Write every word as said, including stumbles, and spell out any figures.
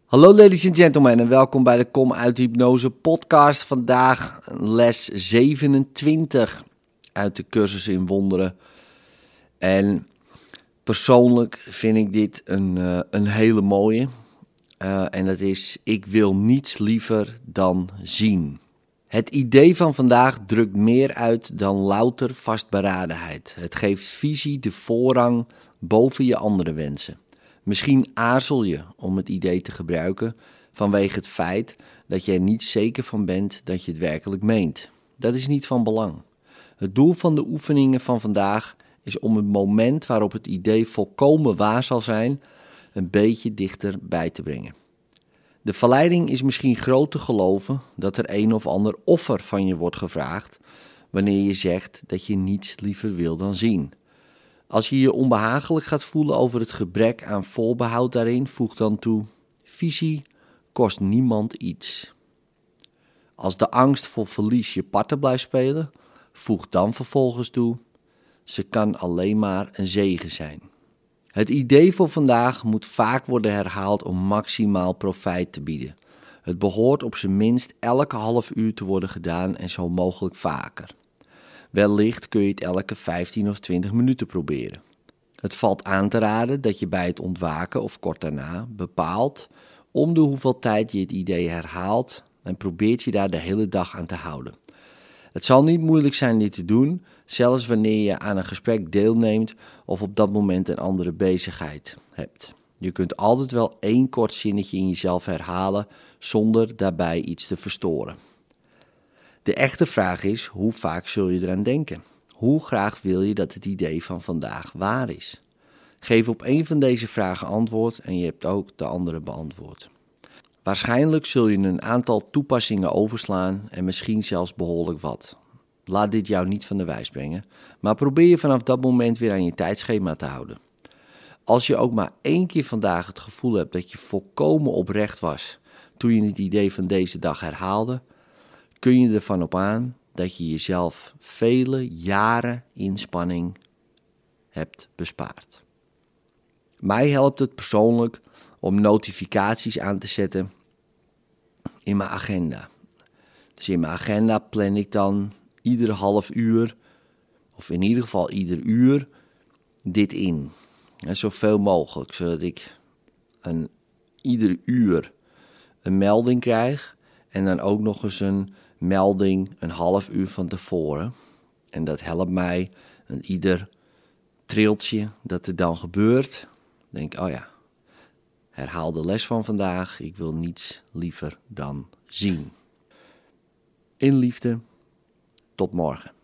Hallo ladies and gentlemen en welkom bij de Kom uit Hypnose podcast. Vandaag les zevenentwintig uit de cursus in wonderen. En persoonlijk vind ik dit een, uh, een hele mooie. Uh, en dat is, ik wil niets liever dan zien. Het idee van vandaag drukt meer uit dan louter vastberadenheid. Het geeft visie de voorrang boven je andere wensen. Misschien aarzel je om het idee te gebruiken vanwege het feit dat je er niet zeker van bent dat je het werkelijk meent. Dat is niet van belang. Het doel van de oefeningen van vandaag is om het moment waarop het idee volkomen waar zal zijn, een beetje dichter bij te brengen. De verleiding is misschien groot te geloven dat er een of ander offer van je wordt gevraagd wanneer je zegt dat je niets liever wil dan zien. Als je je onbehagelijk gaat voelen over het gebrek aan voorbehoud daarin, voeg dan toe, visie kost niemand iets. Als de angst voor verlies je parten blijft spelen, voeg dan vervolgens toe, ze kan alleen maar een zegen zijn. Het idee voor vandaag moet vaak worden herhaald om maximaal profijt te bieden. Het behoort op zijn minst elke half uur te worden gedaan en zo mogelijk vaker. Wellicht kun je het elke vijftien of twintig minuten proberen. Het valt aan te raden dat je bij het ontwaken of kort daarna bepaalt om de hoeveel tijd je het idee herhaalt en probeert je daar de hele dag aan te houden. Het zal niet moeilijk zijn dit te doen, zelfs wanneer je aan een gesprek deelneemt of op dat moment een andere bezigheid hebt. Je kunt altijd wel één kort zinnetje in jezelf herhalen zonder daarbij iets te verstoren. De echte vraag is, hoe vaak zul je eraan denken? Hoe graag wil je dat het idee van vandaag waar is? Geef op één van deze vragen antwoord en je hebt ook de andere beantwoord. Waarschijnlijk zul je een aantal toepassingen overslaan en misschien zelfs behoorlijk wat. Laat dit jou niet van de wijs brengen, maar probeer je vanaf dat moment weer aan je tijdschema te houden. Als je ook maar één keer vandaag het gevoel hebt dat je volkomen oprecht was toen je het idee van deze dag herhaalde, kun je ervan op aan dat je jezelf vele jaren inspanning hebt bespaard. Mij helpt het persoonlijk om notificaties aan te zetten in mijn agenda. Dus in mijn agenda plan ik dan ieder half uur, of in ieder geval ieder uur, dit in. En zoveel mogelijk, zodat ik een, ieder uur een melding krijg en dan ook nog eens een melding een half uur van tevoren. En dat helpt mij aan ieder triltje dat er dan gebeurt. Denk, oh ja, herhaal de les van vandaag. Ik wil niets liever dan zien. In liefde, tot morgen.